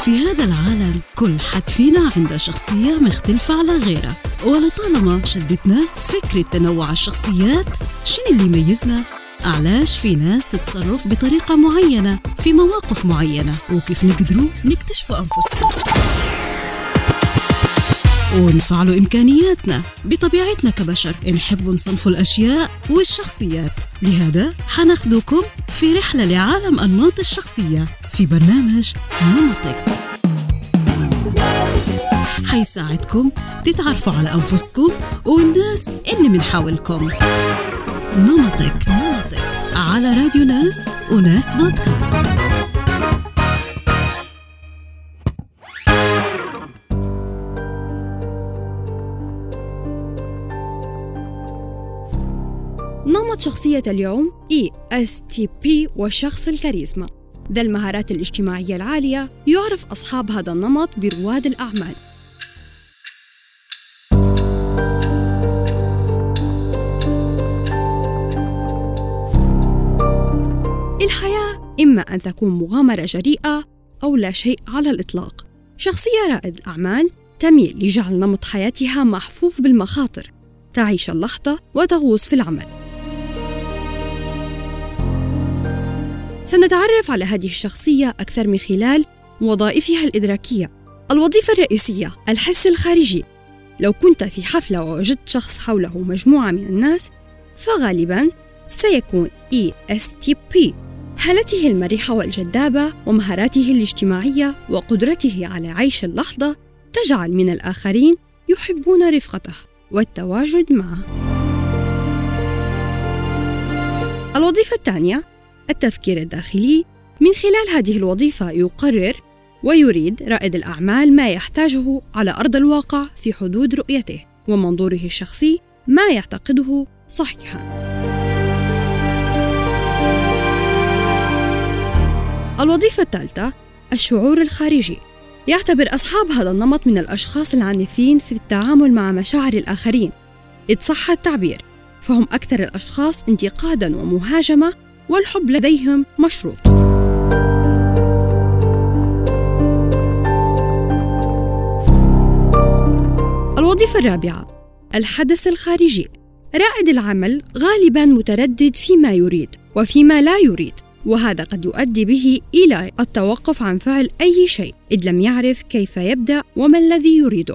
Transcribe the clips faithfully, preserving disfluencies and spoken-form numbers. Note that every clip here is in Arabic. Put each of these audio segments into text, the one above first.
في هذا العالم كل حد فينا عنده شخصية مختلفة على غيره، ولطالما شدتنا فكرة تنوع الشخصيات، شنو اللي يميزنا؟ علاش في ناس تتصرف بطريقة معينة في مواقف معينة، وكيف نقدروا نكتشفوا أنفسنا ونفعلوا إمكانياتنا. بطبيعتنا كبشر نحب نصنف الأشياء والشخصيات، لهذا حناخدكم في رحلة لعالم أنماط الشخصية في برنامج نمطك، حيساعدكم تتعرفوا على أنفسكم والناس اللي من حولكم. نمطك نمطك على راديو ناس وناس بودكاست. نمط شخصية اليوم إي إس تي بي والشخص الكاريزما. ذا المهارات الاجتماعية العالية يعرف أصحاب هذا النمط برواد الأعمال. الحياة إما أن تكون مغامرة جريئة أو لا شيء على الإطلاق. شخصية رائد الأعمال تميل لجعل نمط حياتها محفوف بالمخاطر، تعيش اللحظة وتغوص في العمل. سنتعرف على هذه الشخصية أكثر من خلال وظائفها الإدراكية. الوظيفة الرئيسية، الحس الخارجي. لو كنت في حفلة ووجدت شخص حوله مجموعة من الناس، فغالباً سيكون إي إس تي بي. حالته المرحة والجذابة ومهاراته الاجتماعية وقدرته على عيش اللحظة تجعل من الآخرين يحبون رفقته والتواجد معه. الوظيفة الثانية، التفكير الداخلي. من خلال هذه الوظيفة يقرر ويريد رائد الأعمال ما يحتاجه على أرض الواقع في حدود رؤيته ومنظوره الشخصي، ما يعتقده صحيحاً. الوظيفة الثالثة، الشعور الخارجي. يعتبر أصحاب هذا النمط من الأشخاص العنيفين في التعامل مع مشاعر الآخرين، إذ صح التعبير، فهم أكثر الأشخاص انتقاداً ومهاجمة، والحب لديهم مشروط. الوظيفة الرابعة، الحدث الخارجي. رائد العمل غالباً متردد فيما يريد وفيما لا يريد، وهذا قد يؤدي به إلى التوقف عن فعل أي شيء إذ لم يعرف كيف يبدأ وما الذي يريده.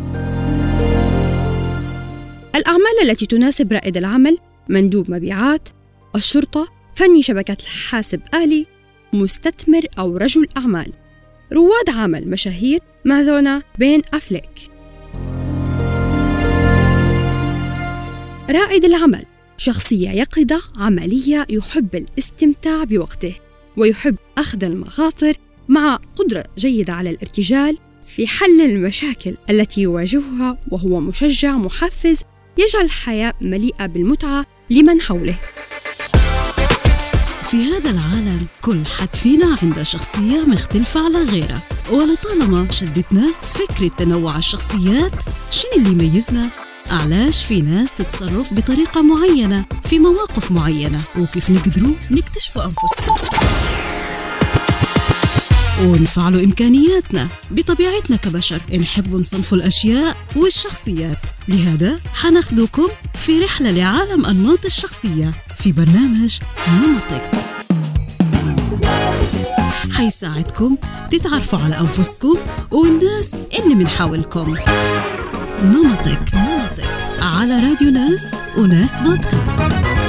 الأعمال التي تناسب رائد العمل: مندوب مبيعات، الشرطة، فني شبكة حاسب آلي، مستثمر أو رجل أعمال. رواد عمل مشاهير: ماذونا، بين أفليك. رائد العمل شخصية يقظة عملية، يحب الاستمتاع بوقته ويحب أخذ المخاطر، مع قدرة جيدة على الارتجال في حل المشاكل التي يواجهها، وهو مشجع محفز يجعل الحياة مليئة بالمتعة لمن حوله. في هذا العالم كل حد فينا عنده شخصية مختلفة على غيره، ولطالما شدتنا فكرة تنوع الشخصيات، شنو اللي يميزنا؟ علاش في ناس تتصرف بطريقة معينة في مواقف معينة، وكيف نقدروا نكتشفوا أنفسنا ونفعلوا إمكانياتنا. بطبيعتنا كبشر نحب نصنف الأشياء والشخصيات، لهذا حناخدكم في رحلة لعالم أنماط الشخصية في برنامج نمطك، حيساعدكم تتعرفوا على أنفسكم والناس اللي من حولكم. نمطك نمطك على راديو ناس وناس بودكاست.